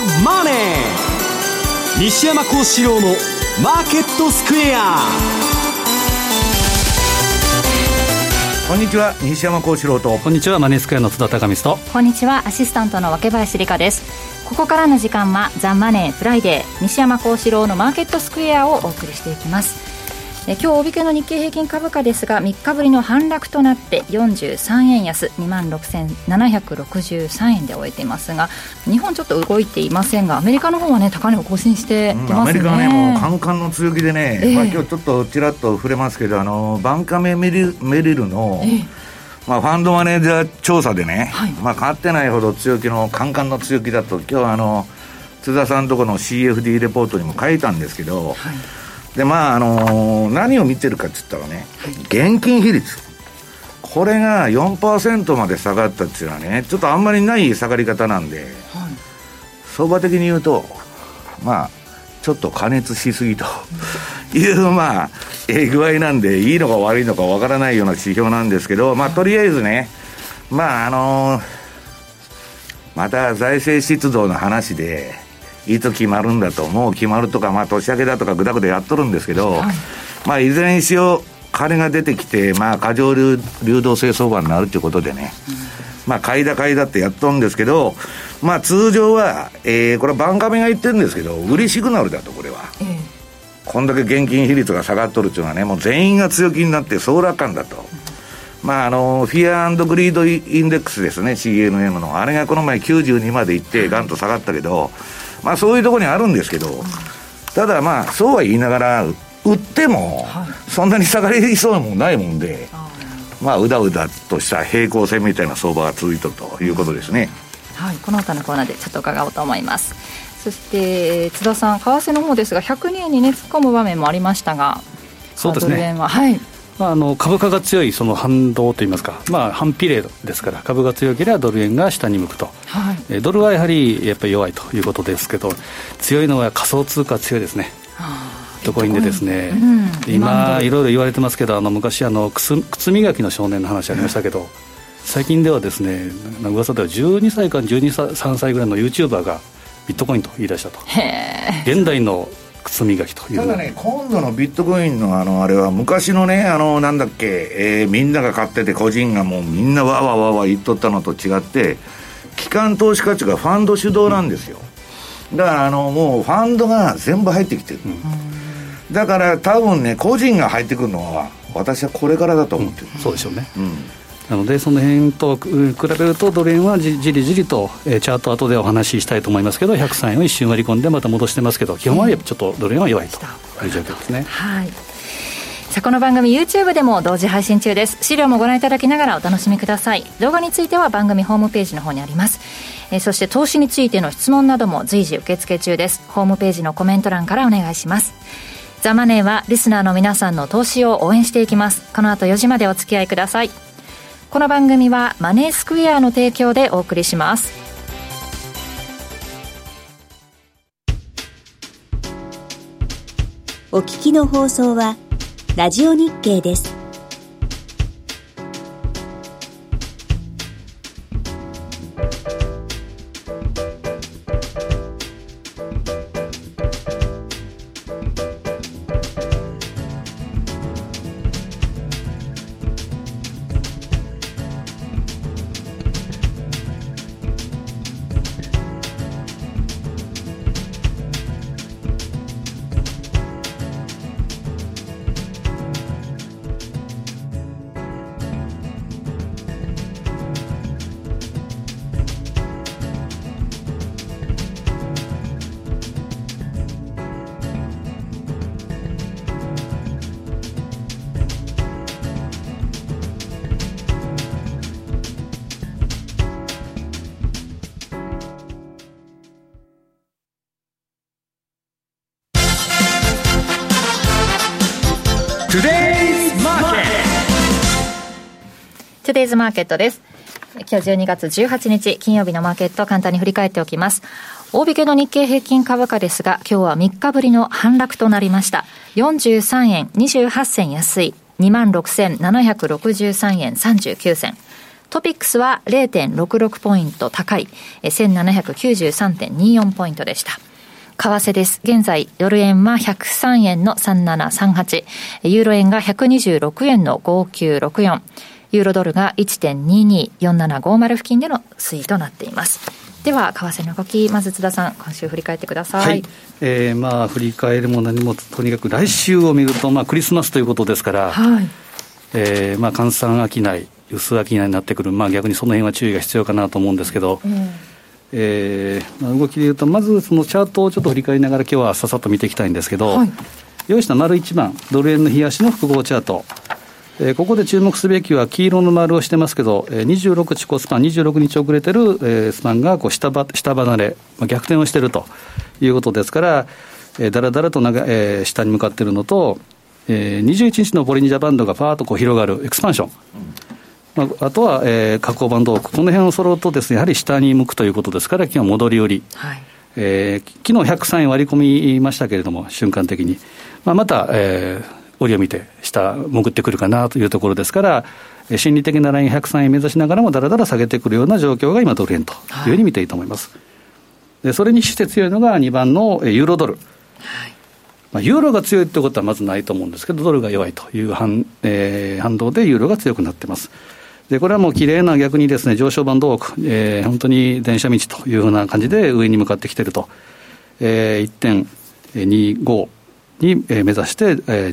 マネー。西山孝四郎のマーケットスクエア。 こんにちは、西山孝四郎と。 こんにちは、マネースクエアの津田貴光と。 こんにちは、アシスタントの若林理香です。ここからの時間はザ・マネーフライデー、西山孝四郎のマーケットスクエアをお送りしていきます。今日大引けの日経平均株価ですが、3日ぶりの反落となって43円安 26,763 円で終えていますが、日本ちょっと動いていませんが、アメリカの方はね、高値を更新していますね。 アメリカはね、もうカンカンの強気でね、今日ちょっとちらっと触れますけど、バンカメメリルの、ファンドマネージャー調査でね、変わってないほど強気のカンカンの強気だと、今日津田さんのとこの CFD レポートにも書いたんですけど、で何を見てるかって言ったらね、現金比率、これが 4% まで下がったっていうのはね、ちょっとあんまりない下がり方なんで、相場的に言うとちょっと過熱しすぎという具合なんで、いいのか悪いのかわからないような指標なんですけど、とりあえずね、また財政出動の話でいつ決まるんだと、もう決まるとか、年明けだとかぐだぐだやっとるんですけど、いずれにしよう金が出てきて、過剰流動性相場になるということでね、買いだってやっとるんですけど、通常は、これはバンカメが言ってるんですけど、売りシグナルだと、これは、こんだけ現金比率が下がっとるっていうのはね、もう全員が強気になって総楽観だと。フィア&グリードインデックスですね、 CNM のあれがこの前92までいってガンと下がったけど、そういうところにあるんですけど、ただそうは言いながら売ってもそんなに下がりそうもないもんで、うだうだとした平行線みたいな相場が続いているということですね。 この他のコーナーでちょっと伺おうと思います。そして津田さん、為替の方ですが102円にね突っ込む場面もありましたが、 そうですね、 ドル円は株価が強いその反動といいますか、反比例ですから、株が強ければドル円が下に向くと、ドルはやっぱり弱いということですけど、強いのは仮想通貨強いですね。ビットコインでですね、今いろいろ言われてますけど、昔靴磨きの少年の話ありましたけど、最近ではですね、噂では12歳から13歳ぐらいの YouTuber がビットコインと言い出したと。現代の靴磨きという。 ただね、今度のビットコインのあれは昔のね、なんだっけ、みんなが買ってて個人がもうみんなわわわわ言っとったのと違って、機関投資家値がファンド主導なんですよ。だからもうファンドが全部入ってきてる、だから多分ね、個人が入ってくるのは私はこれからだと思ってる、 そうでしょうね、なのでその辺と比べるとドル円はじりじりと、チャート後でお話ししたいと思いますけど、103円を一瞬割り込んでまた戻してますけど、基本はちょっとドル円は弱いという状況ですね。 さあ、この番組 YouTube でも同時配信中です。資料もご覧いただきながらお楽しみください。動画については番組ホームページの方にあります。そして投資についての質問なども随時受付中です。ホームページのコメント欄からお願いします。ザ・マネーはリスナーの皆さんの投資を応援していきます。この後4時までお付き合いください。この番組はマネースクエアの提供でお送りします。 お聞きの放送はラジオ日経です。 Today's Market です。今日12月18日金曜日のマーケットを簡単に振り返っておきます。大引けの日経平均株価ですが、今日は3日ぶりの反落となりました。43円28銭安い 26,763 円39銭。 トピックスは 0.66 ポイント高い 1793.24 ポイントでした。為替です。現在ドル円は103円の3738、ユーロ円が126円の5964、ユーロドルが 1.224750 付近での推移となっています。では為替の動き、まず津田さん今週振り返ってください。 はい、振り返りも何もとにかく来週を見ると、クリスマスということですから、はい、換算商い薄商いになってくる、逆にその辺は注意が必要かなと思うんですけど、動きでいうとまずそのチャートをちょっと振り返りながら今日はささっと見ていきたいんですけど、はい、用意した丸1番ドル円の冷やしの複合チャート、ここで注目すべきは黄色の丸をしてますけど、26日スパン26日遅れてるスパンがこう下離れ、逆転をしているということですから、だらだらと下に向かっているのと、21日のボリンジャーバンドがパーッとこう広がるエクスパンション、あとは、下降バンドこの辺を揃うとですね、やはり下に向くということですから、今日は戻り売り、はい、昨日103円割り込みましたけれども瞬間的に、また、折りを見て下潜ってくるかなというところですから、心理的なライン103円目指しながらもだらだら下げてくるような状況が今ドル円というふうに見ていいと思います、はい、でそれにして強いのが2番のユーロドル、はい、ユーロが強いということはまずないと思うんですけど、ドルが弱いという反動でユーロが強くなっています。でこれはもう綺麗な逆にですね、上昇バンド多く、本当に電車道というふうな感じで上に向かってきていると、1.25 に目指して、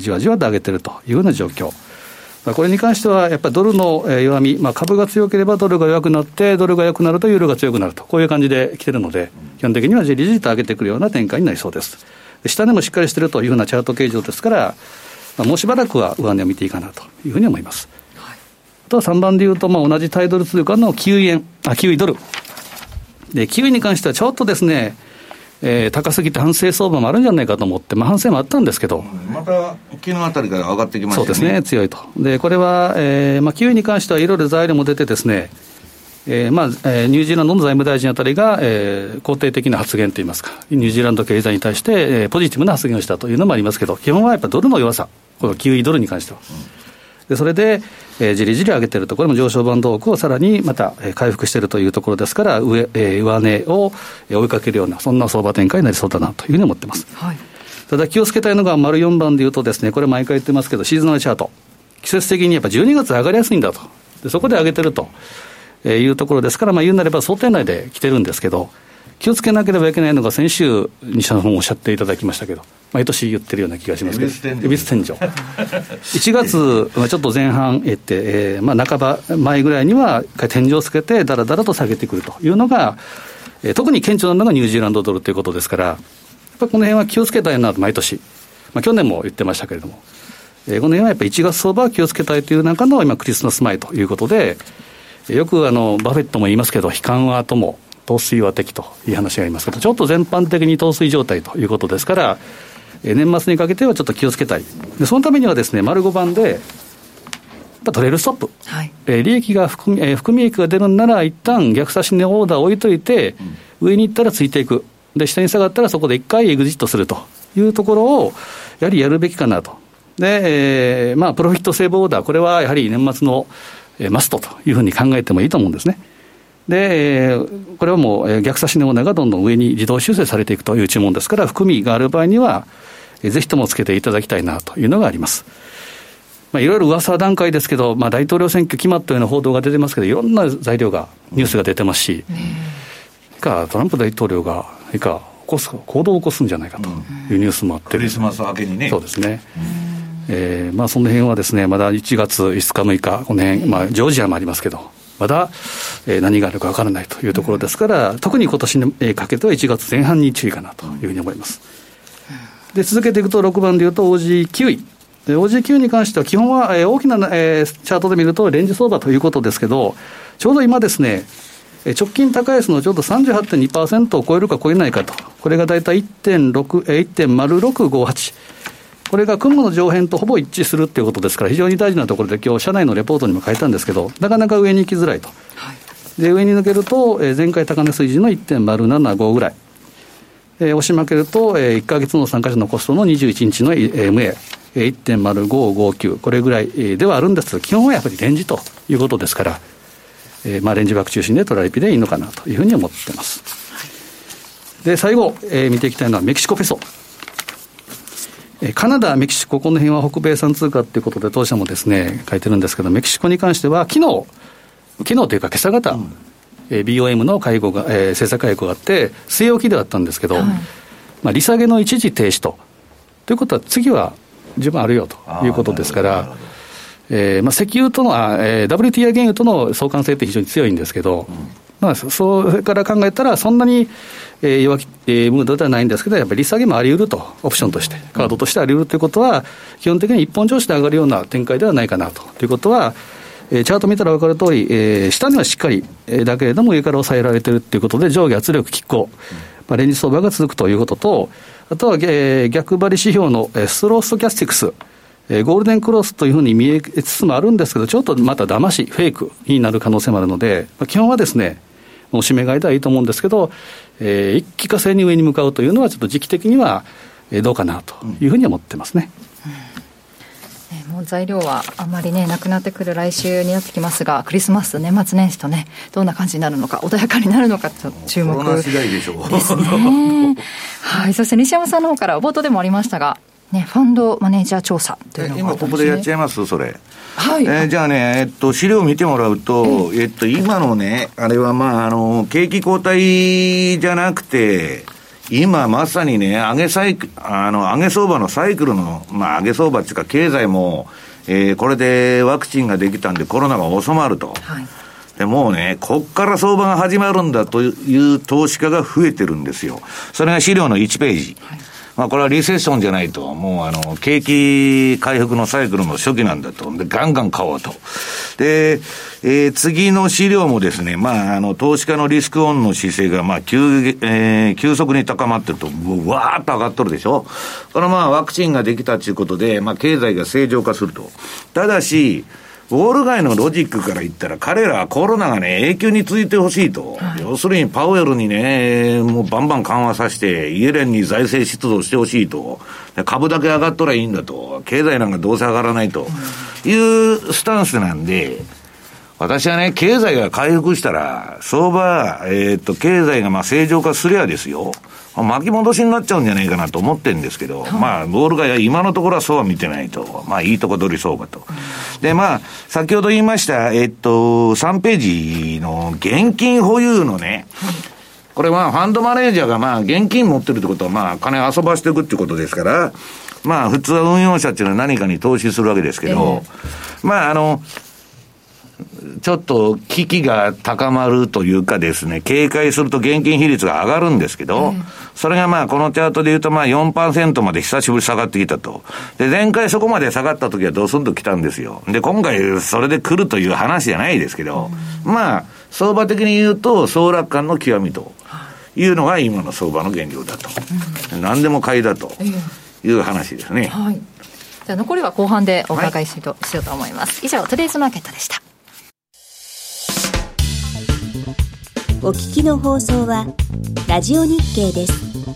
じわじわと上げているというような状況、これに関してはやっぱりドルの弱み、株が強ければドルが弱くなって、ドルが弱くなるとユーロが強くなると、こういう感じで来ているので、基本的にはじりじりと上げてくるような展開になりそうです。下でもしっかりしているというふうなチャート形状ですから、もうしばらくは上値を見ていいかなというふうに思います。あとは3番でいうと、同じタイドル通貨のキウイドルで、キウイに関してはちょっとですね、高すぎて反省相場もあるんじゃないかと思って、反省もあったんですけど、 また昨日あたりから上がってきましたね。 そうですね、強いと。でこれは、キウイに関してはいろいろ材料も出てですね、ニュージーランドの財務大臣あたりが、肯定的な発言といいますか、ニュージーランド経済に対して、ポジティブな発言をしたというのもありますけど、基本はやっぱドルの弱さ、このキウイドルに関しては、でそれで、じりじり上げているところも上昇バンド多くをさらにまた回復しているというところですから、上値を追いかけるようなそんな相場展開になりそうだなというふうに思っています、はい、ただ気をつけたいのが丸4番でいうとですね、これ毎回言ってますけど、シーズナルチャート、季節的にやっぱ12月上がりやすいんだと、でそこで上げてるというところですから、言うなれば想定内で来てるんですけど、気をつけなければいけないのが先週西田さんもおっしゃっていただきましたけど、毎年言ってるような気がしますけど、恵比寿天井1月はちょっと前半半ば前ぐらいには天井をつけてだらだらと下げてくるというのが、特に顕著なのがニュージーランドドルということですから、やっぱこの辺は気をつけたいなと毎年、去年も言ってましたけれども、この辺はやっぱり1月相場は気をつけたいという中の今クリスマス前ということで、よくバフェットも言いますけど、悲観は後も陶酔は敵という話がありますけど、ちょっと全般的に陶酔状態ということですから、年末にかけてはちょっと気をつけたい。でそのためにはですね、丸5番でトレールストップ、はい、利益が含み益が出るんなら一旦逆差し値オーダーを置いといて、上に行ったらついていく、で下に下がったらそこで一回エグジットするというところをやはりやるべきかなと。で、プロフィットセーブオーダー、これはやはり年末のマストというふうに考えてもいいと思うんですね。でこれはもう逆差し値オーダーがどんどん上に自動修正されていくという注文ですから、含みがある場合にはぜひともつけていただきたいなというのがあります。いろいろ噂段階ですけど、大統領選挙決まったような報道が出てますけど、いろんな材料がニュースが出てますし、トランプ大統領が行動を起こすんじゃないかというニュースもあって、 クリスマス明けにね。 そうですね。その辺はですね、まだ1月5日6日この辺、ジョージアもありますけど、まだ何があるか分からないというところですから、特に今年にかけては1月前半に注意かなというふうに思います。で続けていくと6番でいうと OG9 位、OG9 に関しては基本は大きなチャートで見るとレンジ相場ということですけど、ちょうど今ですね、直近高安のちょうど 38.2% を超えるか超えないかと、これがだいたい 1.0658、これが雲の上辺とほぼ一致するということですから、非常に大事なところで、今日社内のレポートにも書いたんですけど、なかなか上に行きづらいと、はい、で上に抜けると前回高値水準の 1.075 ぐらい、押し負けると1ヶ月の参加者のコストの21日の MA1.0559、これぐらいではあるんですが、基本はやっぱりレンジということですから、 レンジバック中心でトラリピでいいのかなというふうに思ってます。で最後、見ていきたいのはメキシコペソ。カナダ、メキシコ、この辺は北米産通貨ということで当社もですね書いてるんですけど、メキシコに関しては昨日というか今朝方、BOM の会合が、政策会合があって据え置きではあったんですけど、利下げの一時停止ということは次は十分あるよということですから、石油とのWTI 原油との相関性って非常に強いんですけど、それから考えたらそんなに弱気ムードではないんですけど、やっぱり利下げもあり得ると、オプションとしてカードとしてあり得るということは基本的に一本上して上がるような展開ではないかなということは、チャート見たら分かる通り、下にはしっかり、だけれども上から抑えられているということで上下圧力拮抗、レンジ相場が続くということと、あとは、逆張り指標のスローストキャスティクス、ゴールデンクロスというふうに見えつつもあるんですけど、ちょっとまた騙しフェイクになる可能性もあるので、基本はですねおしめ買いではいいと思うんですけど、一気化成に上に向かうというのはちょっと時期的にはどうかなというふうに思ってますね。 もう材料はあんまりねなくなってくる来週になってきますが、クリスマス年末年始とねどんな感じになるのか、穏やかになるのかちょっと注目ですね。はい、そして西山さんの方から冒頭でもありましたが、ファンドマネージャー調査というのが今ここでやっちゃいますそれ。 はい、 じゃあね、資料を見てもらうと、今のねあれは景気後退じゃなくて、今まさにね上げ相場のサイクルの、上げ相場っていうか経済も、これでワクチンができたんでコロナが収まると、でもうねこっから相場が始まるんだという投資家が増えてるんですよ。それが資料の1ページ、これはリセッションじゃないと、もう景気回復のサイクルの初期なんだと。で、ガンガン買おうと。で、次の資料もですね、投資家のリスクオンの姿勢が、急速に高まってると、わーっと上がっとるでしょ。これワクチンができたということで、経済が正常化すると。ただし、ウォール街のロジックから言ったら、彼らはコロナがね、永久に続いてほしいと。要するに、パウエルにね、もうバンバン緩和させて、イエレンに財政出動してほしいと。株だけ上がっとらいいんだと。経済なんかどうせ上がらないというスタンスなんで、私はね、経済が回復したら、相場、経済が正常化すりゃですよ。巻き戻しになっちゃうんじゃないかなと思ってるんですけど、ボールが今のところはそうは見てないと。いいとこ取り相場と。で、先ほど言いました、3ページの現金保有のね、これファンドマネージャーが現金持ってるってことは金遊ばしていくってことですから、普通は運用者っていうのは何かに投資するわけですけど、ちょっと危機が高まるというかですね、警戒すると現金比率が上がるんですけど、それがこのチャートで言うと4% まで久しぶり下がってきたと。で、前回そこまで下がった時はドスンと来たんですよ。で、今回それで来るという話じゃないですけど、相場的に言うと総楽観の極みというのが今の相場の現状だと。何でも買いだという話ですね。 じゃあ残りは後半でお伺いしようと思います。以上、トゥデイズマーケットでした。 お聞きの放送はラジオ日経です。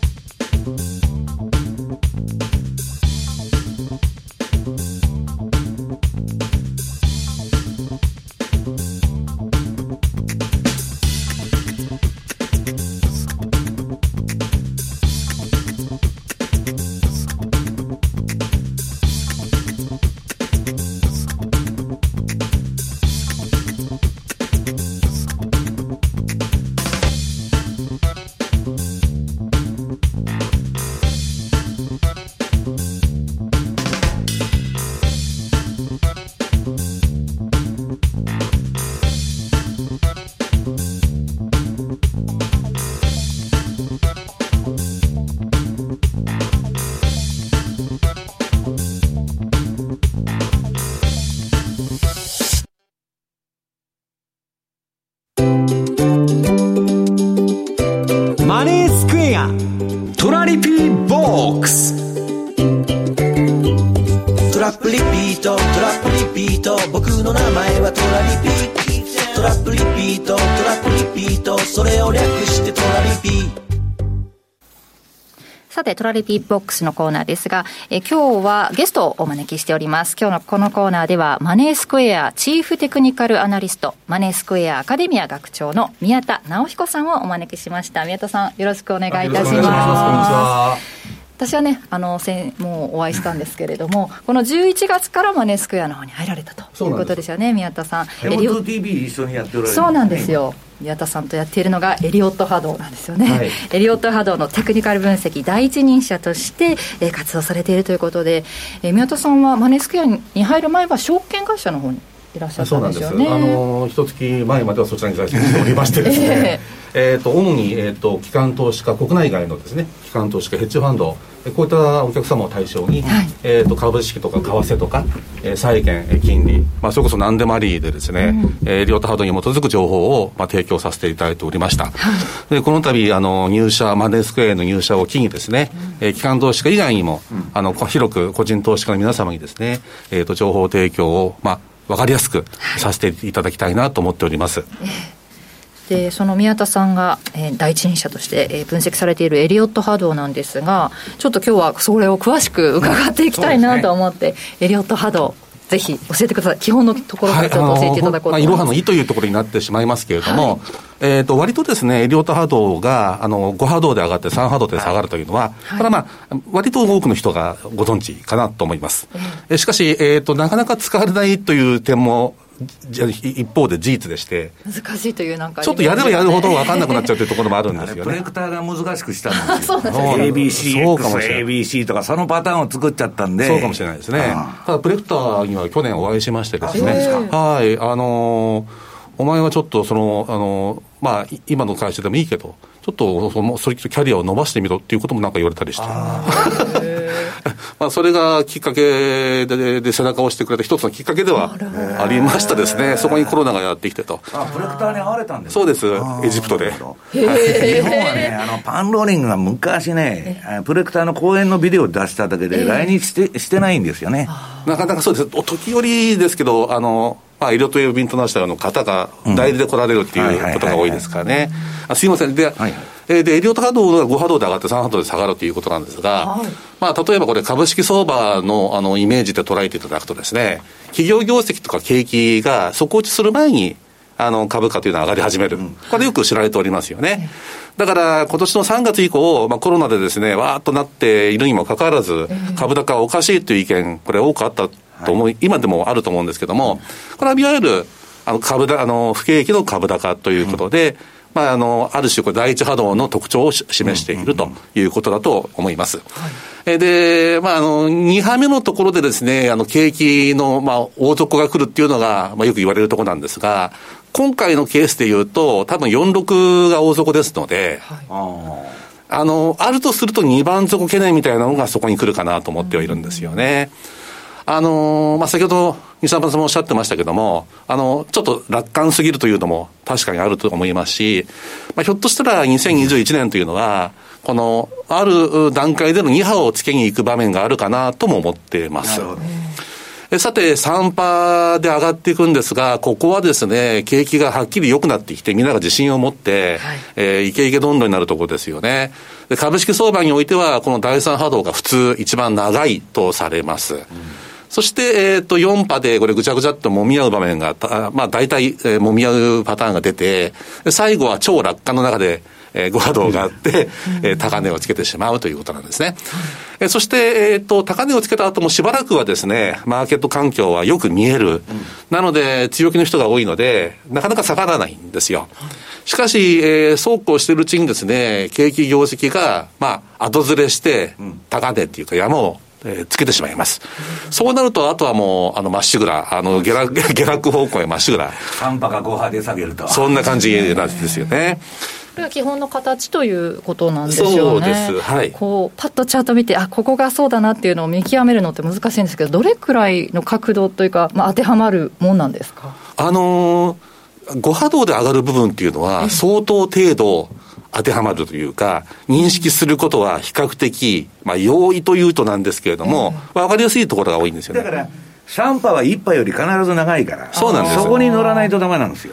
トラリピーボックス。 トラップリピート、トラップリピート、僕の名前はトラリピ。トラップリピート、トラップリピート、それを略してトラリピ。 さてトラリピボックスのコーナーですが、今日はゲストをお招きしております。今日のこのコーナーではマネースクエアチーフテクニカルアナリスト、マネースクエアアカデミア学長の宮田直彦さんをお招きしました。宮田さん、よろしくお願いいたします。こんにちは。私はね、もうお会いしたんですけれども、この11月からマネースクエアの方に入られたということですよね、宮田さん。 M2TV 一緒にやっておられる。 そうなんですよ。宮田さんとやっているのがエリオット波動なんですよね、はい、エリオット波動のテクニカル分析第一人者として、活動されているということで、宮田さんはマネースクエアに入る前は証券会社の方にいらっしゃったんですよね。 そうなんです。一月前まではそちらに在籍しておりましてですね、主に、機関投資家、国内外のですね、機関投資家、ヘッジファンド、こういったお客様を対象に、はい、株式とか為替とか、債券、金利、それこそ何でもありでですね、エリオット波動に基づく情報を、提供させていただいておりました。はい、でこの度入社、マネースクエアの入社を機にですね、機関投資家以外にも、広く個人投資家の皆様にですね、情報提供を、分かりやすくさせていただきたいなと思っております。 でその宮田さんが、第一人者として、分析されているエリオット波動なんですが、ちょっと今日はそれを詳しく伺っていきたいなと思って、エリオット波動ぜひ教えてください。基本のところからちょっと教えていただこうと思います。 いろはの意というところになってしまいますけれども、はい、割とですねエリオット波動が5波動で上がって3波動で下がるというのは、はい、これは割と多くの人がご存知かなと思います。しかし、なかなか使われないという点も一方で事実でして、 難しいというなんかちょっとやればやるほど分かんなくなっちゃうというところもあるんですよね。 プロジェクターが難しくしたんですよ。ABC、ABC とかそのパターンを作っちゃったんで。 そうかもしれないですね。ただプロジェクターには去年お会いしましてですね、はい、お前はちょっと今の会社でもいいけどちょっとそれキャリアを伸ばしてみろっていうこともなんか言われたりしてそれがきっかけ で背中を押してくれた一つのきっかけではありましたですね。そこにコロナがやってきてと。 プロジェクターに会われたんですか。 そうです、エジプトで。 日本はねパンローリングが昔ねプロジェクターの講演のビデオを出しただけで来日してないんですよね。 なかなかそうです。時折ですけどエリオットウェーブインターナショナルの方が代理で来られるっていうことが多いですからね。すいません。で、エリオット波動が5波動で上がって3波動で下がるということなんですが、例えばこれ株式相場のイメージで捉えていただくとですね、企業業績とか景気が底打ちする前に株価というのは上がり始める。これよく知られておりますよね。だから今年の3月以降、コロナでですねわーっとなっているにもかかわらず、株高はおかしいという意見これ多くあったと思い、今でもあると思うんですけども、これはいわゆる不景気の株高ということで、ある種これ第一波動の特徴を示しているということだと思います。で、2波目のところでですね、景気の大底が来るっていうのが、よく言われるところなんですが、今回のケースでいうと多分46が大底ですので、あるとすると2番底懸念みたいなのがそこに来るかなと思ってはいるんですよね。先ほど西山さんもおっしゃってましたけども、ちょっと楽観すぎるというのも確かにあると思いますし、ひょっとしたら2021年というのはこのある段階での2波をつけに行く場面があるかなとも思っています。さて3波で上がっていくんですが、ここはですね景気がはっきり良くなってきてみんなが自信を持って、イケイケどんどんになるところですよね。で株式相場においてはこの第3波動が普通一番長いとされます。そして、4波でこれぐちゃぐちゃっと揉み合う場面が大体、揉み合うパターンが出て、最後は超楽観の中で、5波動があって、高値をつけてしまうということなんですね。そして、高値をつけた後もしばらくはですね、マーケット環境はよく見える。なので、強気の人が多いので、なかなか下がらないんですよ。しかし、そうこうしているうちにですね、景気業績が、後ずれして、高値っていうか山をつけてしまいます。そうなるとあとはもうまっしぐら下落方向へまっしぐら 3波か5波で下げるとそんな感じなんですよね。 これは基本の形ということなんでしょうね。 そうです。はい。 こうパッとチャート見てここがそうだなっていうのを見極めるのって難しいんですけど、どれくらいの角度というか、当てはまるもんなんですか。 5波動で上がる部分っていうのは相当程度当てはまるというか、認識することは比較的、容易というとなんですけれども、分かりやすいところが多いんですよね。 だから3波は1波より必ず長いから、 そうなんです。 そこに乗らないとダメなんですよ。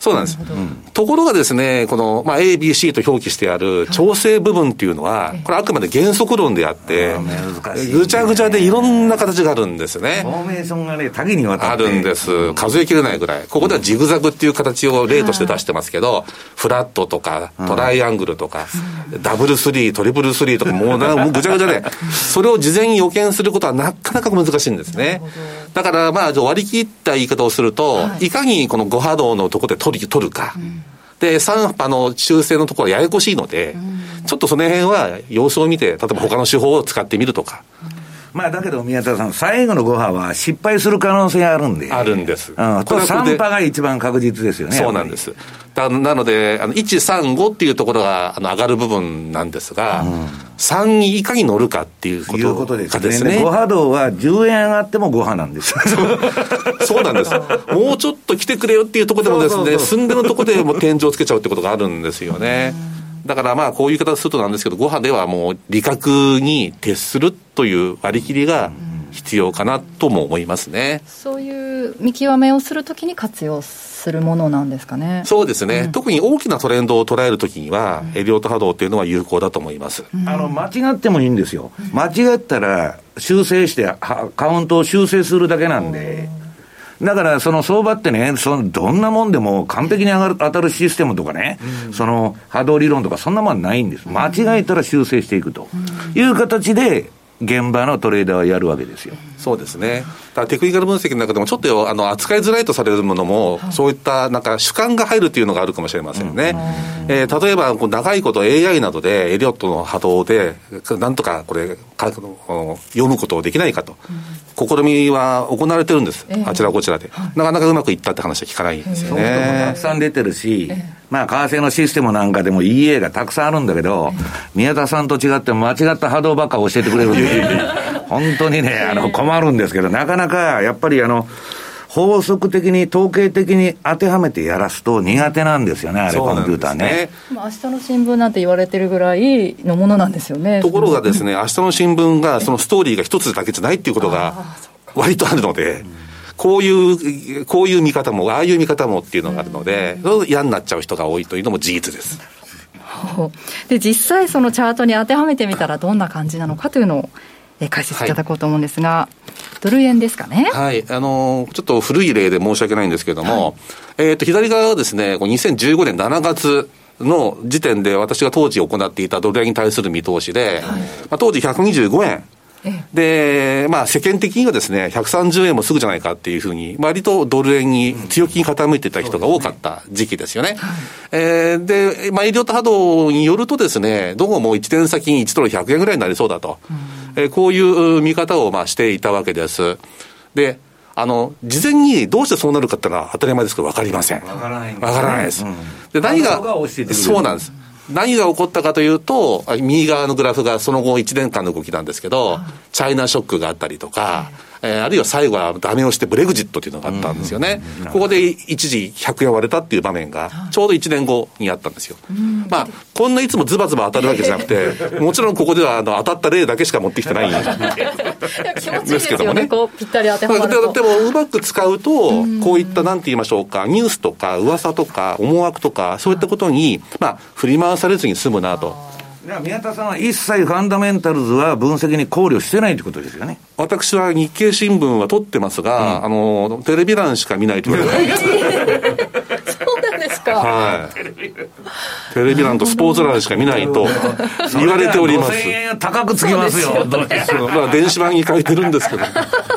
そうなんです。ところがですね、この、A、B、C と表記してある調整部分っていうのは、これあくまで原則論であって、ぐちゃぐちゃでいろんな形があるんですね。 フォーメーションがね、多岐にわたって。 あるんです。数えきれないぐらい。ここではジグザグっていう形を例として出してますけど、フラットとか、トライアングルとか、ダブル3、トリプル3とか、もうぐちゃぐちゃで、それを事前に予見することはなかなか難しいんですね。だから割り切った言い方をすると、いかにこの5波動のところで取るか。で、3波の修正のところはややこしいので、ちょっとその辺は様子を見て、例えば他の手法を使ってみるとか。 だけど宮田さん、最後の5波は失敗する可能性あるんで。 あるんです。 これ3波が一番確実ですよね。 そうなんです。なので、1、3、5っていうところが上がる部分なんですが、3にいかに乗るかっていうことですね。 5波動は10円上がっても5波なんです。 そうなんです。もうちょっと来てくれよっていうところでもですね、寸んでのところでも天井をつけちゃうってことがあるんですよね。だからこういう言い方をするとなんですけど、5波ではもう利確に徹するという割り切りが必要かなとも思いますね。 そういう見極めをするときに活用するものなんですかね。 そうですね、特に大きなトレンドを捉えるときには、エリオット波動っていうのは有効だと思います。 間違ってもいいんですよ。間違ったら修正してカウントを修正するだけなんで、だからその相場ってね、どんなもんでも完璧に当たるシステムとかね、その波動理論とかそんなもんないんです。間違えたら修正していくという形で現場のトレーダーはやるわけですよ。 そうですね。だからテクニカル分析の中でもちょっと扱いづらいとされるものも、そういった主観が入るというのがあるかもしれませんね。例えば長いこと AI などでエリオットの波動でなんとかこれ読むことをできないかと、試みは行われてるんです、あちらこちらで。なかなかうまくいったって話は聞かないんですよね。 たくさん出てるし、為替のシステムなんかでも EA がたくさんあるんだけど、宮田さんと違って間違った波動ばっか教えてくれるんで本当にね困るんですけど、なかなかやっぱり法則的に統計的に当てはめてやらすと苦手なんですよね、あれコンピューターね。 明日の新聞なんて言われてるぐらいのものなんですよね。 ところがですね、明日の新聞がそのストーリーが一つだけじゃないっていうことが割とあるので、こういう見方もああいう見方もっていうのがあるので、嫌になっちゃう人が多いというのも事実です。 で実際そのチャートに当てはめてみたらどんな感じなのかというのを解説いただこうと思うんですが、ドル円ですかね。 はい。ちょっと古い例で申し訳ないんですけれども、左側はですね、2015年7月の時点で私が当時行っていたドル円に対する見通しで、当時125円。で、世間的にはですね、130円もすぐじゃないかっていうふうに、割とドル円に強気に傾いていた人が多かった時期ですよね。で、エリオット波動によるとですね、どうも1年先に1ドル100円ぐらいになりそうだと。こういう見方をしていたわけです。で、事前にどうしてそうなるかっていうのは当たり前ですけど分かりません。分からないです。で、そうなんです。何が起こったかというと、右側のグラフがその後1年間の動きなんですけど、チャイナショックがあったりとか、あるいは最後はダメをしてブレグジットというのがあったんですよね。ここで一時100円割れたっていう場面がちょうど1年後にあったんですよ。こんないつもズバズバ当たるわけじゃなくて、もちろんここでは当たった例だけしか持ってきてないんですけどもね。 こうぴったり当てはまると。 でもうまく使うと、こういったなんて言いましょうか、ニュースとか噂とか思惑とかそういったことに振り回されずに済むなと。 宮田さんは一切ファンダメンタルズは分析に考慮してないということですよね。 私は日経新聞は取ってますが、テレビ欄しか見ないと言われてそうなんですか。 はい。テレビ欄とスポーツ欄しか見ないと言われております。 5000円高くつきますよ。 電子版に書いてるんですけど。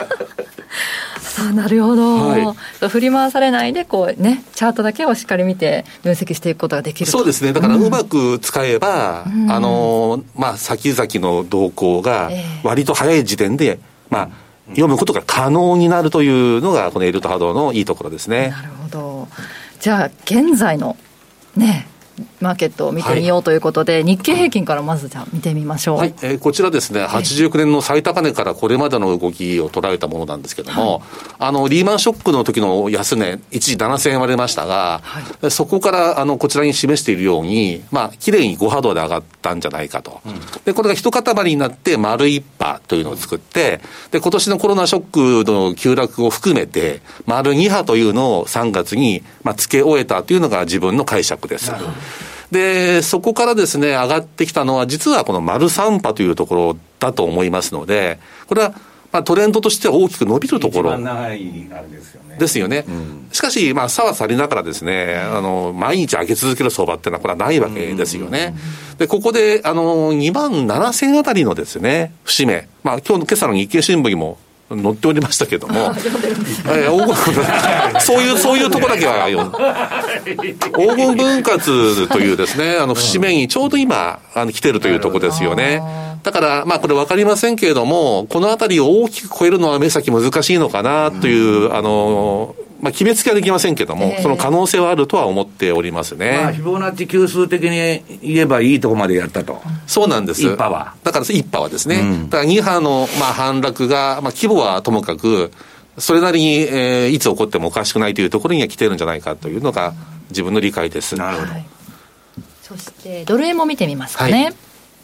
なるほど、振り回されないでチャートだけをしっかり見て分析していくことができる。 そうですね。だからうまく使えば、先々の動向が割と早い時点で、読むことが可能になるというのがこのエリオット波動のいいところですね。 なるほど。じゃあ現在のねマーケットを見てみようということで、日経平均からまずじゃあ見てみましょう。 はい、こちらですね、89年の最高値からこれまでの動きを捉えたものなんですけども、リーマンショックの時の安値、一時7000円割れましたが、そこからこちらに示しているように、綺麗に5波動で上がったんじゃないかと。で、これが一塊になって丸一波というのを作って、で、今年のコロナショックの急落を含めて、丸2波というのを3月に付け終えたというのが自分の解釈です。で、そこからですね、上がってきたのは、実はこの丸3波というところだと思いますので、これは、トレンドとしては大きく伸びるところ。 一番長いあれですよね。 ですよね。しかし、差は去りながらですね、毎日上げ続ける相場っていうのは、これはないわけですよね。で、ここで、2万7000あたりのですね、節目。今朝の日経新聞にも、載っておりましたけどもそういうところだけは黄金分割というですね節目にちょうど今来てるというところですよね。だからこれ分かりませんけれども、このあたりを大きく超えるのは目先難しいのかなという決めつけはできませんけども、その可能性はあるとは思っておりますね。 フィボナッチ級数的に言えばいいところまでやったと。 そうなんです。 1波は。 だから1波はですね。だから2波の反落が、規模はともかく、それなりに、いつ起こってもおかしくないというところには来てるんじゃないかというのが自分の理解です。 なるほど。 そしてドル円も見てみますかね。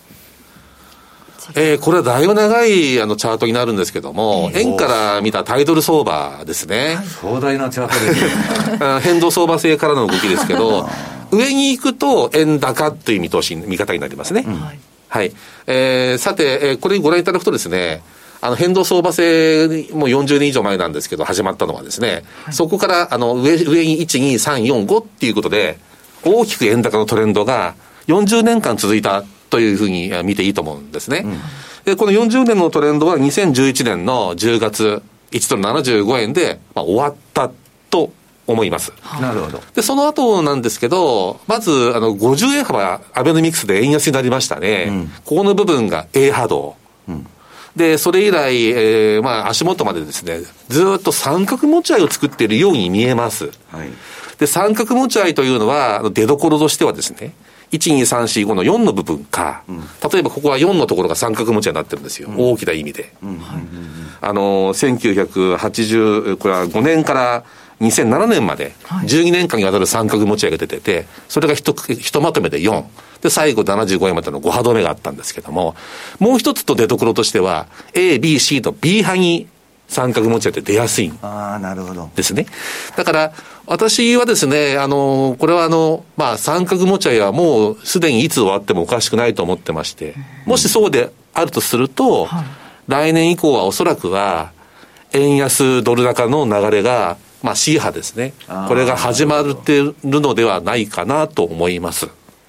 これはだいぶ長いチャートになるんですけども、円から見たタイドル相場ですね。 壮大なチャートですね。 変動相場制からの動きですけど、上に行くと円高という見方になりますね。はい。さて、これにご覧いただくとですね、変動相場制もう40年以上前なんですけど、始まったのはですね、そこから上に1、2、3、4、5っていうことで、大きく円高のトレンドが40年間続いたというふうに見ていいと思うんですね。で、この40年のトレンドは2011年の10月、1ドル75円で、終わったと思います。 なるほど。 で、その後なんですけど、まず、50円幅、アベノミクスで円安になりましたね。ここの部分が A 波動。で、それ以来、足元までですね、ずっと三角持ち合いを作っているように見えます。で、三角持ち合いというのは、出所としてはですね、1、2、3、4、5の4の部分か、例えばここは4のところが三角持ち合いになってるんですよ。大きな意味で。1980、これは5年から2007年まで、12年間にわたる三角持ち合いが出てて、それがひとまとめで4。で、最後75円までの5波止めがあったんですけども、もう一つと出所としては、A、B、C と B 波に三角持ち合いって出やすいんですね。だから、私はですね、これは三角持ち合いはもうすでにいつ終わってもおかしくないと思ってまして、もしそうであるとすると、来年以降はおそらくは、円安ドル高の流れが、C 波ですね。これが始まっているのではないかなと思います。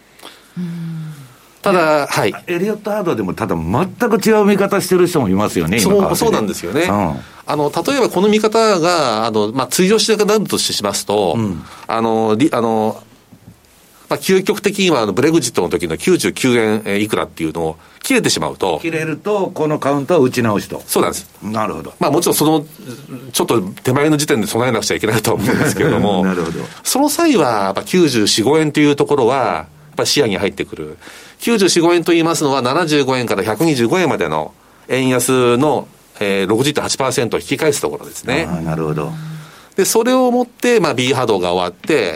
ただ、はい。 エリオットハードでも、ただ全く違う見方してる人もいますよね、 今そうなんですよね。例えばこの見方が、追乗してなるとしますと、究極的にはブレグジットの時の99円いくらっていうのを切れてしまうと。 切れると、このカウントは打ち直しと。 そうなんです。 なるほど。 もちろんちょっと手前の時点で備えなくちゃいけないと思うんですけれども、 なるほど。 その際は、94、5円というところは、やっぱ視野に入ってくる。94、5円と言いますのは、75円から125円までの円安の、60.8% を引き返すところですね。 なるほど。 で、それをもって、B 波動が終わって、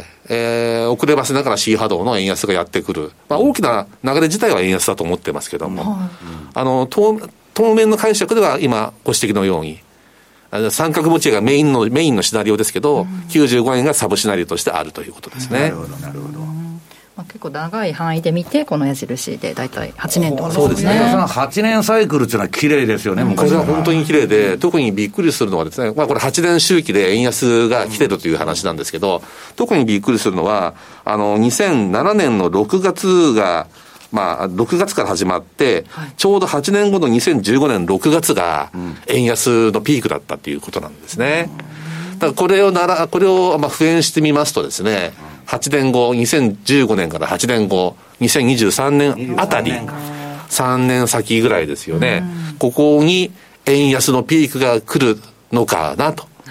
遅ればせながら C 波動の円安がやってくる。大きな流れ自体は円安だと思ってますけども、当面の解釈では今ご指摘のように、三角持ち合いがメインのシナリオですけど、95円がサブシナリオとしてあるということですね。 なるほど、なるほど。 結構長い範囲で見て、この矢印で大体8年とかそうですね。 8年サイクルっていうのは綺麗ですよね、 これは本当に綺麗で、特にびっくりするのはですね、これ8年周期で円安が来てるという話なんですけど、特にびっくりするのは、2007年の6月が、6月から始まって、ちょうど8年後の2015年6月が円安のピークだったっていうことなんですね。だからこれを復元してみますとですね、8年後、2015年から8年後、2023年あたり、3年先ぐらいですよね。ここに円安のピークが来るのかなと。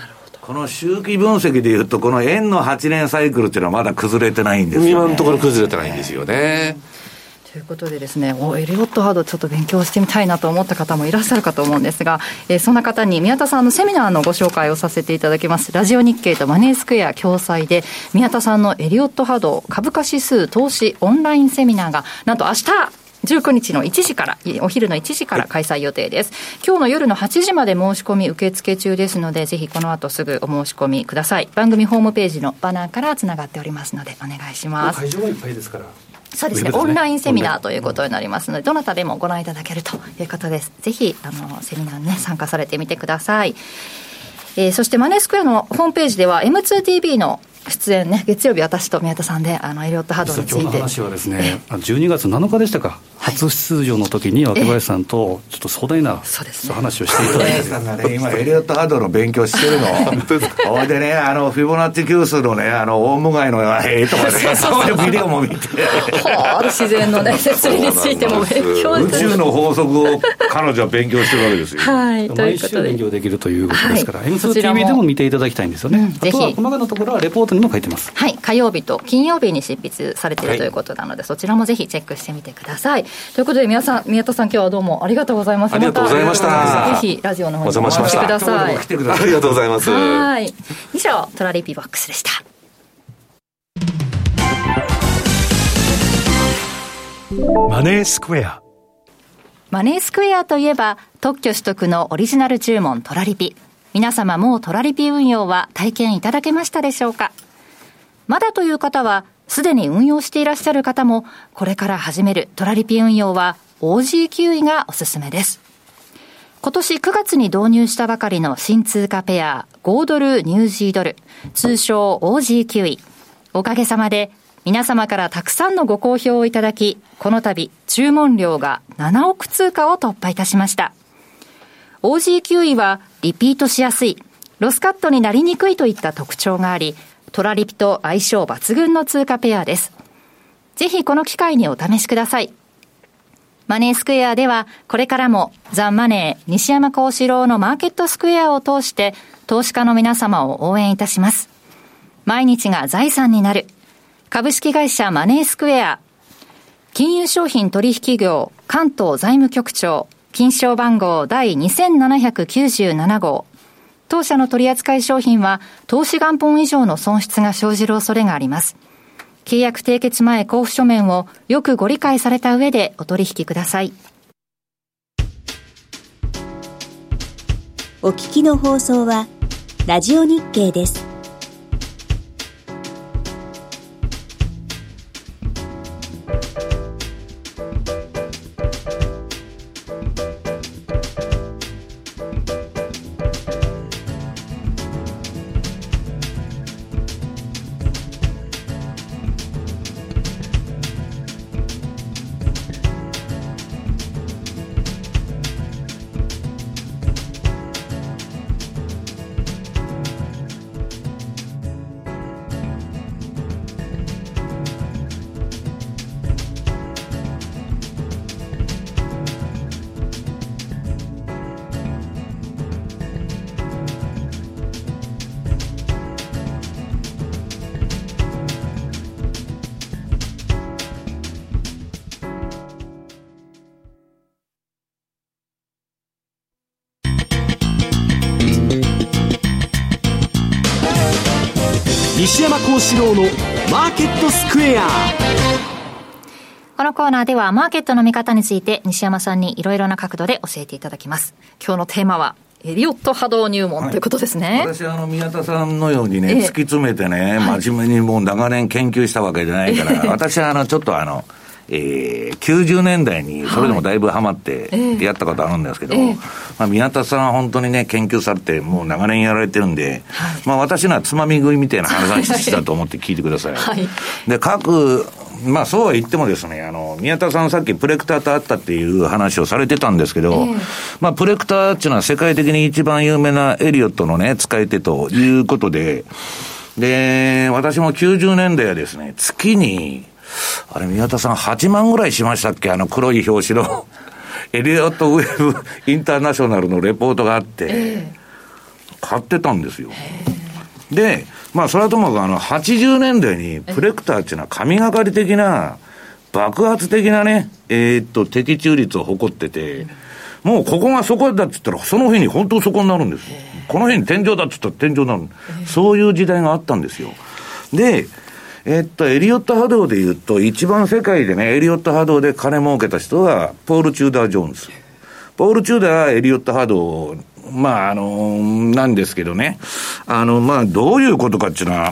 この周期分析でいうと、この円の8年サイクルっていうのはまだ崩れてないんですよね。 今のところ崩れてないんですよね。 ということでですね、エリオットハードちょっと勉強してみたいなと思った方もいらっしゃるかと思うんですが、そんな方に宮田さんのセミナーのご紹介をさせていただきます。ラジオ日経とマネースクエア共催で、宮田さんのエリオットハード株価指数投資オンラインセミナーがなんと明日19日の1時から、お昼の1時から開催予定です。今日の夜の8時まで申し込み受付中ですので、ぜひこの後すぐお申し込みください。番組ホームページのバナーからつながっておりますのでお願いします。 会場はいっぱいですから。 そうですね、オンラインセミナーということになりますので、どなたでもご覧いただけるということです。ぜひセミナーに、参加されてみてください。そしてマネースクエアのホームページでは M2TV の出演ね、月曜日私と宮田さんでエリオットハードについて、 今日の話はですね、12月7日でしたか、初出場の時に若林さんとちょっと壮大な話をしていただいて、 さんがね、今エリオットハードの勉強してるのほいでね、フィボナッチ級数のね、オウムガイのとかね、そういうビデオも見て自然のね、説理についても勉強宇宙の法則を彼女は勉強してるわけですよ。 はい、 毎週勉強できるということですから、M2TV でも見ていただきたいんですよね。あとは細かなところはレポートにも書いてます。 はい、火曜日と金曜日に執筆されているということなので、そちらもぜひチェックしてみてください。ということで宮田さん今日はどうもありがとうございます。 ありがとうございました。 ぜひラジオの方にお越しください。 ありがとうございます。 はい、以上トラリピボックスでした。 マネースクエア。 マネースクエアといえば特許取得のオリジナル注文トラリピ。皆様もうトラリピ運用は体験いただけましたでしょうか。まだという方は、すでに運用していらっしゃる方も、これから始めるトラリピ運用は OG キウイがおすすめです。今年9月に導入したばかりの新通貨ペア5ドルニュージードル、通称 OG キウイ。おかげさまで皆様からたくさんのご好評をいただき、この度注文量が7億通貨を突破いたしました。OG キウイはリピートしやすい、ロスカットになりにくいといった特徴があり、トラリピと相性抜群の通貨ペアです。ぜひこの機会にお試しください。マネースクエアではこれからもザ・マネー西山幸四郎のマーケットスクエアを通して投資家の皆様を応援いたします。毎日が財産になる株式会社マネースクエア、金融商品取引業関東財務局長、金賞番号第2797号。当社の取扱い商品は投資元本以上の損失が生じる恐れがあります。契約締結前交付書面をよくご理解された上でお取引ください。 お聞きの放送はラジオ日経です。 西山幸四郎のマーケットスクエア。 このコーナーではマーケットの見方について西山さんにいろいろな角度で教えていただきます。今日のテーマはエリオット波動入門ということですね。 私宮田さんのようにね、突き詰めてね、真面目にもう長年研究したわけじゃないから、私はちょっと90年代にそれでもだいぶハマってやったことあるんですけど、宮田さんは本当にね研究されてもう長年やられてるんで、私のはつまみ食いみたいな話だと思って聞いてください。でそうは言ってもですね、宮田さんさっきプレクターと会ったっていう話をされてたんですけど、プレクターっていうのは世界的に一番有名なエリオットのね使い手ということで、私も90年代はですね、月に宮田さん8万ぐらいしましたっけ、黒い表紙のエリオットウェブインターナショナルのレポートがあって、買ってたんですよ。 で、まあ、それはともかく80年代にプレクターっていうのは神がかり的な、爆発的なね、的中率を誇ってて、もうここが底だって言ったら、その日に本当底になるんですよ。この日に天井だって言ったら天井になる。そういう時代があったんですよ。で、エリオット波動で言うと、一番世界でね、エリオット波動で金儲けた人は、ポール・チューダー・ジョーンズ。ポール・チューダー、エリオット波動、まあ、なんですけどね。まあ、どういうことかっていうのは、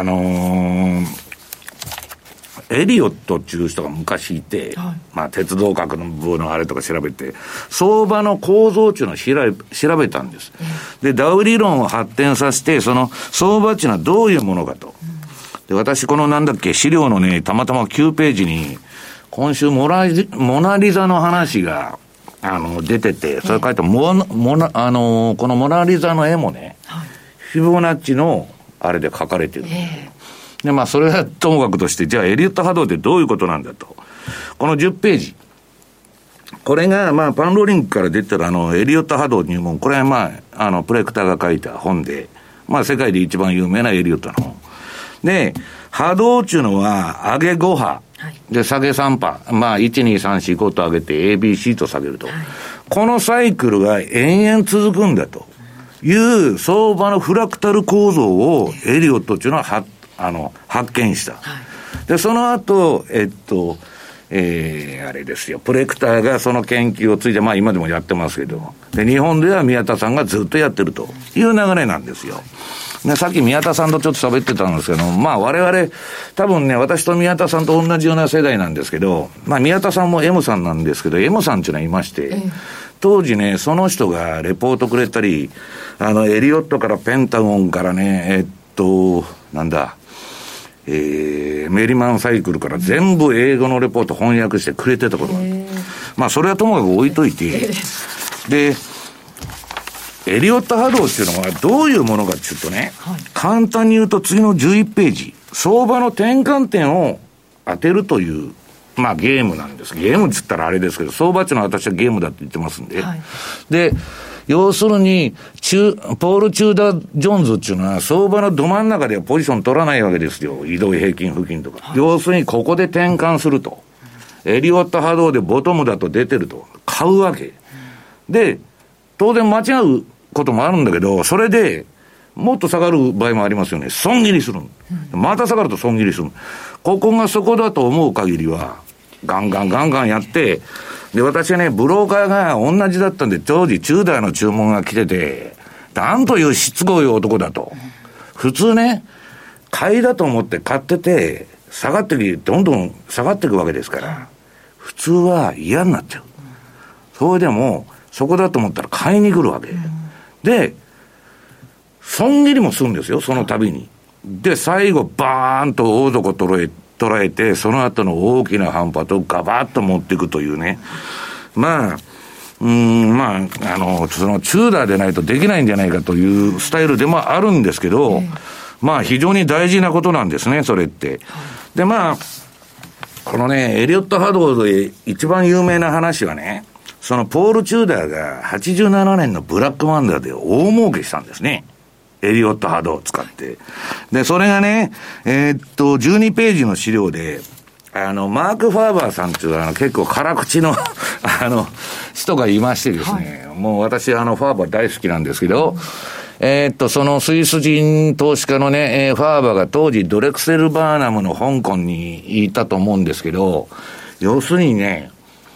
エリオットっていう人が昔いて、はい、まあ、鉄道学の部のあれとか調べて、相場の構造っていうのを調べたんです。で、ダウ理論を発展させて、その相場っていうのはどういうものかと。で、私、この資料のね、たまたま9ページに、今週モナリザの話が、出てて、それ書いてこのモナリザの絵もね、はい、フィボナッチのあれで書かれてる。で、まあ、それはともかくとして、じゃあ、エリオット波動ってどういうことなんだと。この10ページ。これが、まあ、パンローリングから出てるエリオット波動入門。これはまあ、プレクターが書いた本で、まあ、世界で一番有名なエリオットの本。で、波動っていうのは、上げ5波。で、下げ3波。まあ、1、2、3、4、5と上げて、ABC と下げると。このサイクルが延々続くんだという相場のフラクタル構造をエリオットっていうのは発見した。で、その後、あれですよ、プレクターがその研究をついて、まあ今でもやってますけど、で、日本では宮田さんがずっとやってるという流れなんですよ。ね、さっき宮田さんとちょっと喋ってたんですけど、まあ我々、多分ね、私と宮田さんと同じような世代なんですけど、まあ宮田さんも M さんなんですけど、M さんっていうのはいまして、当時ね、その人がレポートくれたり、エリオットからペンタゴンからね、なんだ、メリマンサイクルから全部英語のレポート翻訳してくれてたことがある。まあそれはともかく置いといて、で、エリオット波動っていうのはどういうものかっていうとね、はい、簡単に言うと次の11ページ、相場の転換点を当てるという、まあゲームなんです。ゲームって言ったらあれですけど、相場っていうのは私はゲームだって言ってますんで。はい、で、要するに、ポール・チューダー・ジョーンズっていうのは、相場のど真ん中ではポジション取らないわけですよ。移動平均付近とか。はい、要するに、ここで転換すると。エリオット波動でボトムだと出てると。買うわけ。で、当然間違うこともあるんだけど、それで、もっと下がる場合もありますよね。損切りする。また下がると損切りする。ここがそこだと思う限りは、ガンガンやって、で、私はね、ブローカーが同じだったんで、当時、チューダーの注文が来てて、なんというしつこい男だと。普通ね、買いだと思って買ってて、どんどん下がっていくわけですから、普通は嫌になっちゃう。それでも、そこだと思ったら買いに来るわけ。で、損切りもするんですよ、その度に。で、最後、バーンと大底捉えて、その後の大きな反発をガバッと持っていくというね。まあ、そのチューダーでないとできないんじゃないかというスタイルでもあるんですけど、まあ非常に大事なことなんですね、それって。で、まあ、このね、エリオット波動で一番有名な話はね、そのポール・チューダーが87年のブラックマンダーで大儲けしたんですね。エリオット波動を使って。で、それがね、12ページの資料で、マーク・ファーバーさんっていう結構辛口の人がいましてですね、はい、もう私ファーバー大好きなんですけど、そのスイス人投資家のね、ファーバーが当時ドレクセル・バーナムの香港にいたと思うんですけど、要するにね、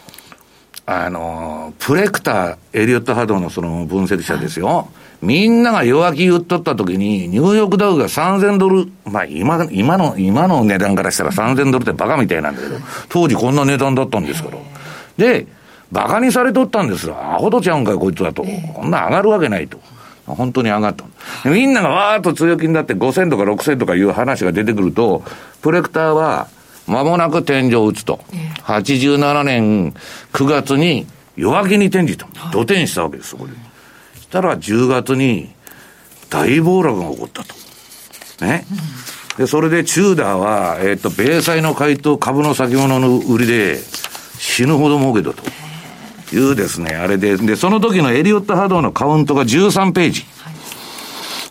プレクター、エリオット波動のその分析者ですよ。はい、みんなが弱気言っとった時に、ニューヨークダウが3000ドル、まあ今の値段からしたら3000ドルってバカみたいなんだけど、当時こんな値段だったんですから。で、バカにされとったんですよ。アホとちゃうんかよ、こいつだと。こんな上がるわけないと。本当に上がった。みんながわーっと強気になって5000とか6000とかいう話が出てくると、プレクターは間もなく天井を打つと。87年9月に弱気に転じた。土転したわけです、そこで。したら10月に大暴落が起こったと。ね。で、それでチューダーは、米債の買いと株の先物の売りで死ぬほど儲けたというですね、あれで、その時のエリオット波動のカウントが13ページ。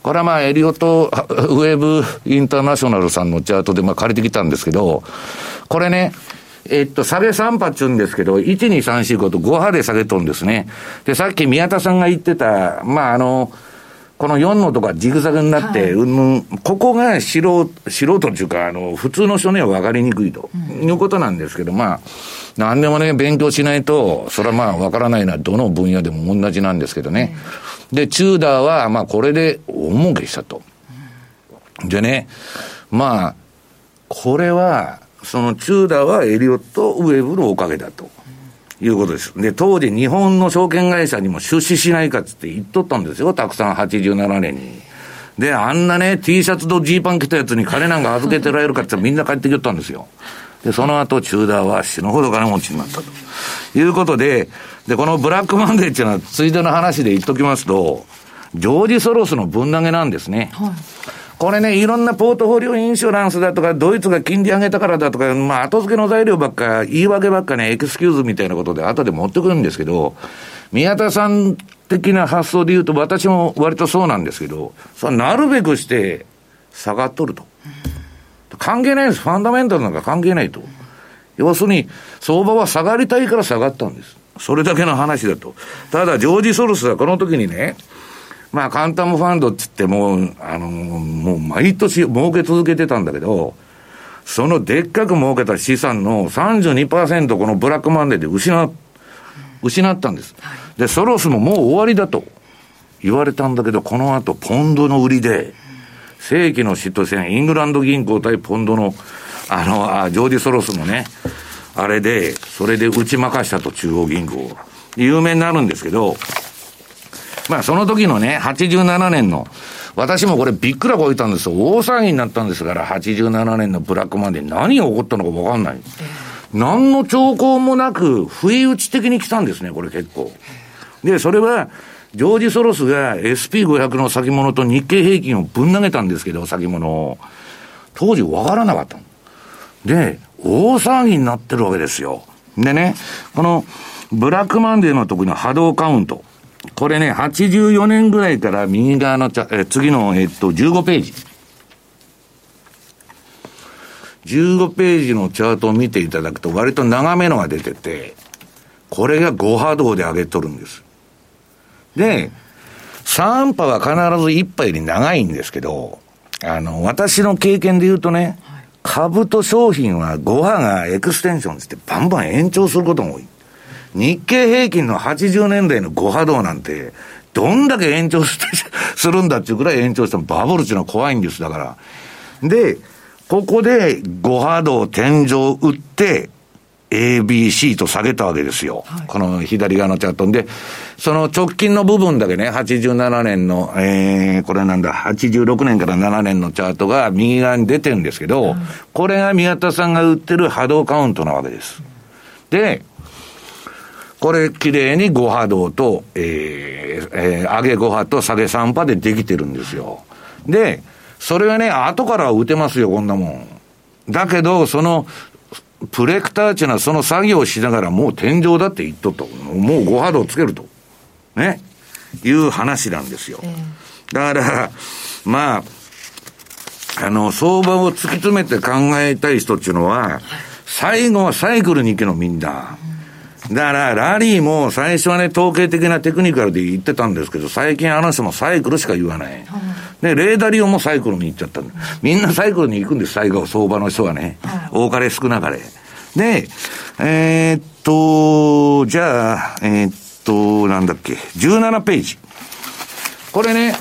これはまあエリオットウェブインターナショナルさんのチャートでまあ借りてきたんですけど、これね、下げ3波って言うんですけど、1、2、3、4、5と5波で下げとるんですね。で、さっき宮田さんが言ってた、まあこの4のとかジグザグになって、ここが素人というか、普通の人には分かりにくいということなんですけど、まあ、何でもね、勉強しないと、それはまあ分からないのはどの分野でも同じなんですけどね。で、チューダーは、まあこれで大儲けしたと。でね、まあ、これは、そのチューダーはエリオットウェブのおかげだと。いうことです。で、当時日本の証券会社にも出資しないかつって言っとったんですよ、たくさん87年に。で、あんなね、T シャツとジーパン着たやつに金なんか預けてられるかってみんな帰ってきよったんですよ。で、その後、チューダーは死ぬほど金持ちになったと。いうことで、このブラックマンデーっていうのは、ついでの話で言っときますと、ジョージ・ソロスの分投げなんですね。はい、これね、いろんなポートフォリオインシュランスだとか、ドイツが金利上げたからだとか、まあ、後付けの材料ばっか、言い訳ばっかね、エクスキューズみたいなことで後で持ってくるんですけど、宮田さん的な発想で言うと、私も割とそうなんですけど、それなるべくして下がっとると。関係ないです。ファンダメンタルなんか関係ないと。要するに、相場は下がりたいから下がったんです。それだけの話だと。ただ、ジョージ・ソロスはこの時にね、まあ、カンタムファンドって言っても、もう毎年儲け続けてたんだけど、そのでっかく儲けた資産の 32% このブラックマンデーで失ったんです。で、ソロスももう終わりだと言われたんだけど、この後ポンドの売りで、世紀の嫉妬戦、イングランド銀行対ポンドの、ジョージ・ソロスのね、あれで、それで打ち負かしたと中央銀行。有名になるんですけど、まあその時のね、87年の、私もこれびっくらこいたんですよ。大騒ぎになったんですから、87年のブラックマンデー何が起こったのか分かんない。何の兆候もなく、不意打ち的に来たんですね、これ結構。で、それは、ジョージ・ソロスが SP500 の先物と日経平均をぶん投げたんですけど、先物を。当時分からなかったの。で、大騒ぎになってるわけですよ。でね、このブラックマンデーの時の波動カウント。これね、84年ぐらいから右側の次の、15ページ。15ページのチャートを見ていただくと割と長めのが出てて、これが5波動で上げとるんです。で、3波は必ず1波より長いんですけど、私の経験で言うとね、株と商品は5波がエクステンションしてバンバン延長することが多い。日経平均の80年代の5波動なんて、どんだけ延長するんだっていうくらい延長してもバブルっていうのは怖いんです、だから。で、ここで5波動天井打って、ABC と下げたわけですよ。はい、この左側のチャートで、その直近の部分だけね、87年の、これなんだ、86年から7年のチャートが右側に出てるんですけど、これが宮田さんが売ってる波動カウントなわけです。で、これ綺麗に5波動と、上げ5波と下げ3波でできてるんですよ。で、それはね、後からは打てますよ、こんなもん。だけど、その、プレクターっていうのはその作業をしながらもう天井だって言っとった。もう5波動つけると。ね。いう話なんですよ。だから、まあ、相場を突き詰めて考えたい人っていうのは、最後はサイクルに行けのみんな。だから、ラリーも最初はね、統計的なテクニカルで言ってたんですけど、最近人もサイクルしか言わない。で、レーダリオもサイクルに行っちゃった。みんなサイクルに行くんです、最後、相場の人はね。多かれ少なかれ。で、じゃあ、なんだっけ、17ページ。これね、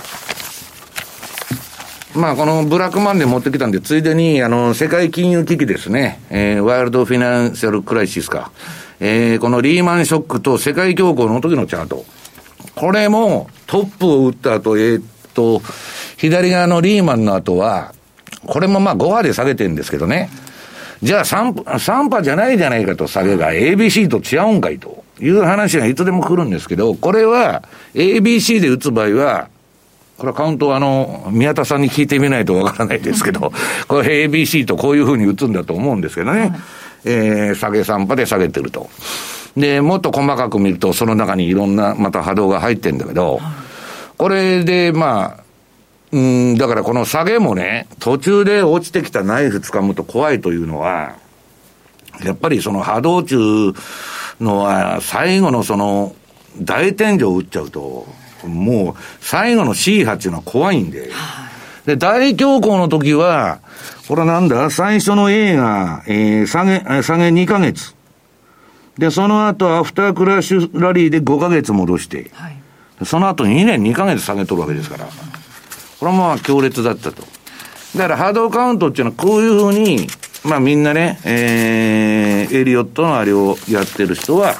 まあ、このブラックマンデー持ってきたんで、ついでに、世界金融危機ですね。ワールドフィナンシャルクライシスか。このリーマンショックと世界恐慌の時のチャート。これもトップを打った後、左側のリーマンの後は、これもまあ5波で下げてるんですけどね。じゃあ3波じゃないじゃないかと下げが ABC と違うんかいという話がいつでも来るんですけど、これは ABC で打つ場合は、これはカウント宮田さんに聞いてみないとわからないですけど、これ ABC とこういう風に打つんだと思うんですけどね。下げ3波で下げてると。で、もっと細かく見ると、その中にいろんなまた波動が入ってるんだけど、これでまあ、 だからこの下げもね、途中で落ちてきたナイフ掴むと怖いというのは、やっぱりその波動中のは最後のその大天井を打っちゃうと、もう最後の C8 っていうのは怖いんで。で、大恐慌の時は、これなんだ、最初の A が、下げ2ヶ月。で、その後アフタークラッシュラリーで5ヶ月戻して、はい、その後2年2ヶ月下げとるわけですから。これはまあ強烈だったと。だから波動カウントっていうのはこういうふうに、まあみんなね、エリオットのあれをやってる人は、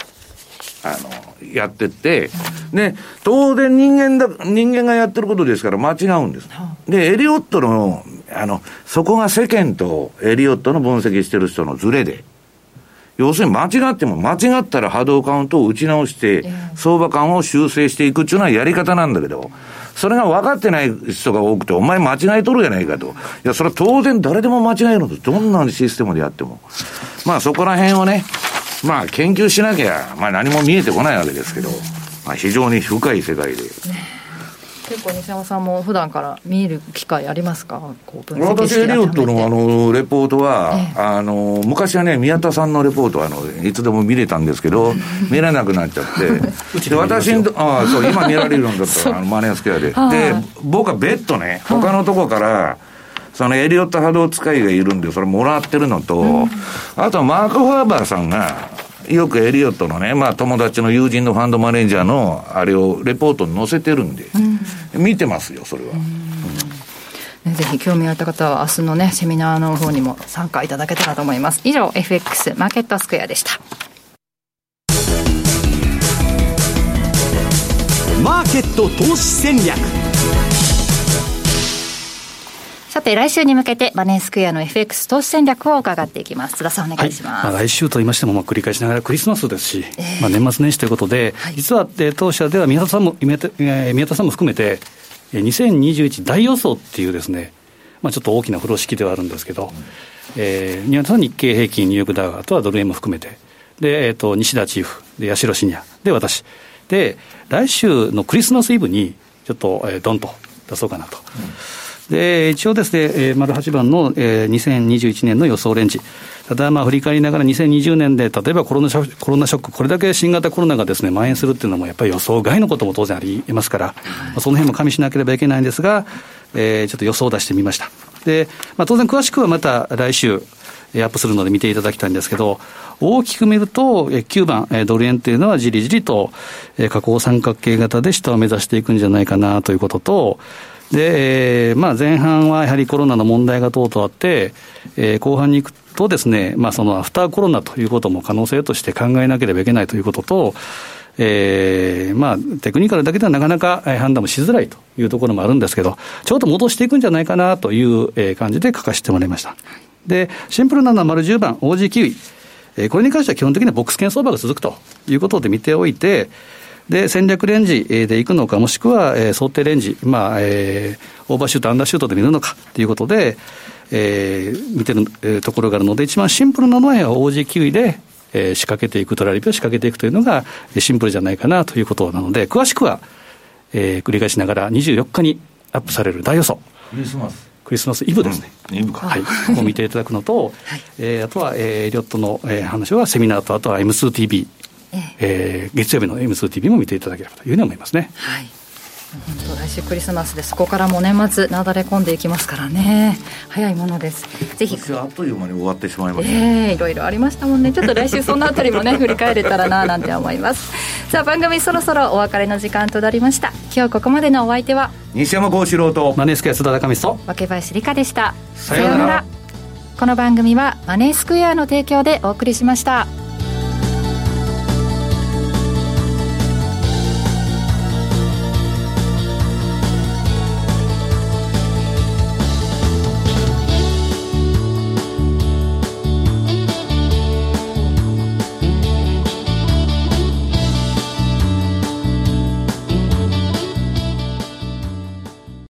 やってって、で、当然人間がやってることですから間違うんです。で、エリオットの、そこが世間とエリオットの分析してる人のズレで、要するに間違っても間違ったら波動カウントを打ち直して、相場感を修正していくっていうのはやり方なんだけど、それが分かってない人が多くて、お前間違えとるじゃないかと。いや、それは当然誰でも間違えるんです。どんなシステムでやっても。まあそこら辺をね、まあ研究しなきゃ、まあ何も見えてこないわけですけど、まあ非常に深い世界で。 結構西山さんも普段から見る機会ありますか？こう分析私エリオットのレポートは、昔はね宮田さんのレポートはいつでも見れたんですけど見れなくなっちゃってで私そう今見られるんだったらマネースクエアでで僕は別途ね他のとこからそのエリオット波動使いがいるんでそれもらってるのと、あとマーク・ファーバーさんがよくエリオットのね、まあ友達の友人のファンドマネージャーのあれをレポートに載せてるんで、見てますよ、それは。 ぜひ興味あった方は明日のね、セミナーの方にも参加いただけたらと思います。以上、FX マーケットスクエアでした。 マーケット投資戦略。 さて来週に向けてマネースクエアの FX 投資戦略を伺っていきます。津田さんお願いします。 来週と言いましても繰り返しながらクリスマスですし、年末年始ということで、実は当社では宮田さんも含めて2021大予想っていうですね、ちょっと大きな風呂敷ではあるんですけど、宮田さん日経平均ニューヨークダウあとはドル円も含めてで、西田チーフで八代シニアで私で来週のクリスマスイブにちょっと、ドンと出そうかなと、で一応ですね、丸8番の、2021年の予想レンジ、ただ振り返りながら2020年で例えばコロナショックこれだけ新型コロナがですね蔓延するっていうのもやっぱり予想外のことも当然ありますから、その辺も加味しなければいけないんですが、ちょっと予想を出してみました。で、当然詳しくはまた来週アップするので見ていただきたいんですけど、大きく見ると9番ドル円というのはじりじりと下降三角形型で下を目指していくんじゃないかなということと、で、前半はやはりコロナの問題が等々あって、後半に行くとですね、そのアフターコロナということも可能性として考えなければいけないということと、テクニカルだけではなかなか判断もしづらいというところもあるんですけど、ちょっと戻していくんじゃないかなという感じで書かせてもらいました。で、シンプルなのは丸10番 OG キウイ、これに関しては基本的にはボックス圏相場が続くということで見ておいて、で戦略レンジでいくのか、もしくは想定レンジ、オーバーシュートアンダーシュートで見るのかということで、見てるところがあるので、一番シンプルなのは OG キウイで仕掛けていく、トラリピを仕掛けていくというのがシンプルじゃないかなということなので、詳しくは、繰り返しながら24日にアップされる大予想、クリスマスイブですね、イブか、ここを見ていただくのと、あとはエリオットの話はセミナーと、あとは M2TV、月曜日の M2TV も見ていただければというふうに思いますね。はい、 本当来週クリスマスで、そこからもう年末なだれ込んでいきますからね、早いものです。ぜひあっという間に終わってしまいましたね。 いろいろありましたもんね。ちょっと来週そのあたりもね振り返れたらななんて思います。さあ番組そろそろお別れの時間となりました。今日ここまでのお相手は西山幸四郎とマネースクエア須田中光と若林理香でした。 さようなら。 この番組はマネースクエアの提供でお送りしました。